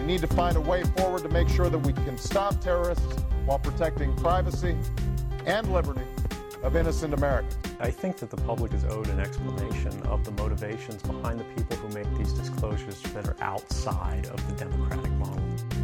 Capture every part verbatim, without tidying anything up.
need to find a way forward to make sure that we can stop terrorists while protecting privacy and liberty of innocent Americans. I think that the public is owed an explanation of the motivations behind the people who make these disclosures that are outside of the democratic model.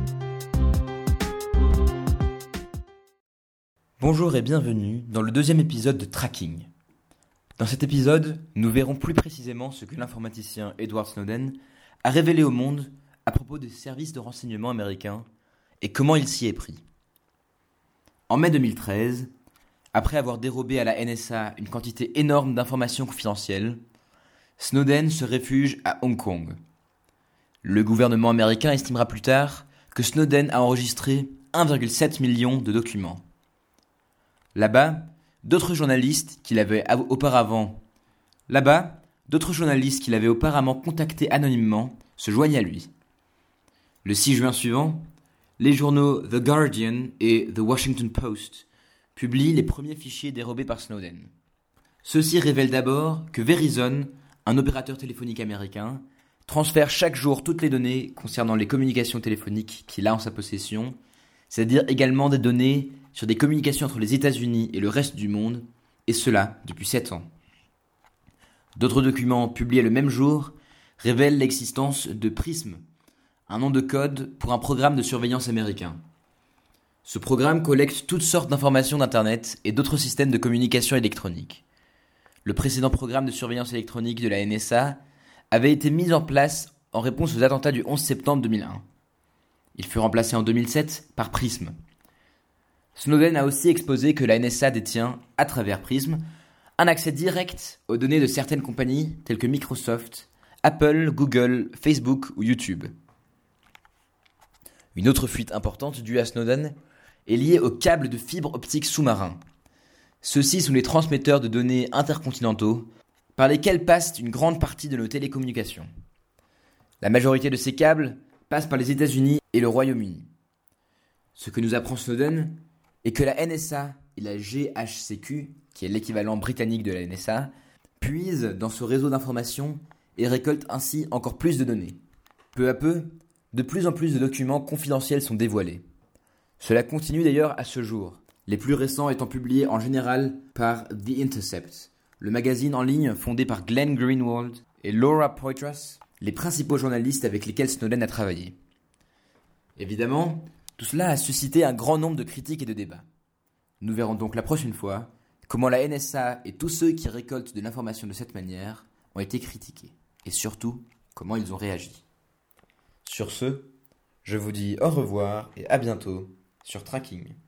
Bonjour et bienvenue dans le deuxième épisode de Tracking. Dans cet épisode, nous verrons plus précisément ce que l'informaticien Edward Snowden a révélé au monde à propos des services de renseignement américains et comment il s'y est pris. En mai deux mille treize, après avoir dérobé à la N S A une quantité énorme d'informations confidentielles, Snowden se réfugie à Hong Kong. Le gouvernement américain estimera plus tard que Snowden a enregistré un virgule sept million de documents. Là-bas, d'autres journalistes qu'il avait auparavant, là-bas, d'autres journalistes qu'il avait auparavant contactés anonymement se joignent à lui. Le six juin suivant, les journaux The Guardian et The Washington Post publient les premiers fichiers dérobés par Snowden. Ceux-ci révèlent d'abord que Verizon, un opérateur téléphonique américain, transfère chaque jour toutes les données concernant les communications téléphoniques qu'il a en sa possession, c'est-à-dire également des données sur des communications entre les États-Unis et le reste du monde, et cela depuis sept ans. D'autres documents publiés le même jour révèlent l'existence de Prism, un nom de code pour un programme de surveillance américain. Ce programme collecte toutes sortes d'informations d'Internet et d'autres systèmes de communication électronique. Le précédent programme de surveillance électronique de la N S A avait été mis en place en réponse aux attentats du onze septembre deux mille un. Il fut remplacé en deux mille sept par Prism. Snowden a aussi exposé que la N S A détient, à travers Prism, un accès direct aux données de certaines compagnies telles que Microsoft, Apple, Google, Facebook ou YouTube. Une autre fuite importante due à Snowden est liée aux câbles de fibre optique sous-marins. Ceux-ci sont les transmetteurs de données intercontinentaux par lesquels passe une grande partie de nos télécommunications. La majorité de ces câbles passent par les États-Unis et le Royaume-Uni. Ce que nous apprend Snowden est que la N S A et la G H C Q, qui est l'équivalent britannique de la N S A, puisent dans ce réseau d'informations et récoltent ainsi encore plus de données. Peu à peu, de plus en plus de documents confidentiels sont dévoilés. Cela continue d'ailleurs à ce jour, les plus récents étant publiés en général par The Intercept, le magazine en ligne fondé par Glenn Greenwald et Laura Poitras, les principaux journalistes avec lesquels Snowden a travaillé. Évidemment, tout cela a suscité un grand nombre de critiques et de débats. Nous verrons donc la prochaine fois comment la N S A et tous ceux qui récoltent de l'information de cette manière ont été critiqués, et surtout comment ils ont réagi. Sur ce, je vous dis au revoir et à bientôt sur Tracking.